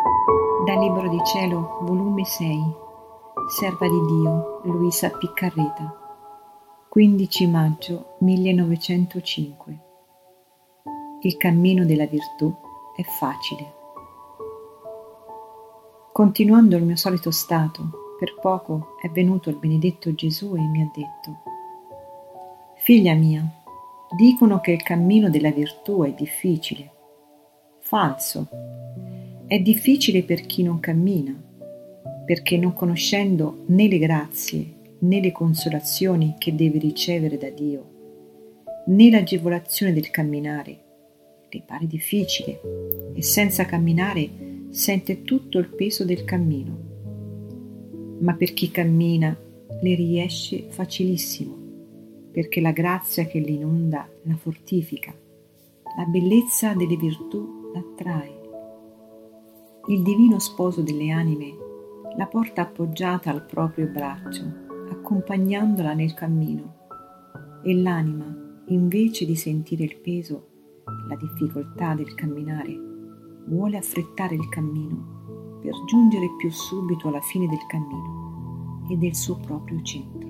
Dal Libro di Cielo, volume 6, Serva di Dio, Luisa Piccarreta, 15 maggio 1905. Il cammino della virtù è facile. Continuando il mio solito stato, per poco è venuto il benedetto Gesù e mi ha detto: Figlia mia, dicono che il cammino della virtù è difficile. Falso. È difficile per chi non cammina, perché non conoscendo né le grazie né le consolazioni che deve ricevere da Dio, né l'agevolazione del camminare, le pare difficile e senza camminare sente tutto il peso del cammino. Ma per chi cammina le riesce facilissimo, perché la grazia che l'inonda la fortifica, la bellezza delle virtù l'attrae. Il divino sposo delle anime la porta appoggiata al proprio braccio, accompagnandola nel cammino, e l'anima, invece di sentire il peso e la difficoltà del camminare, vuole affrettare il cammino per giungere più subito alla fine del cammino e del suo proprio centro.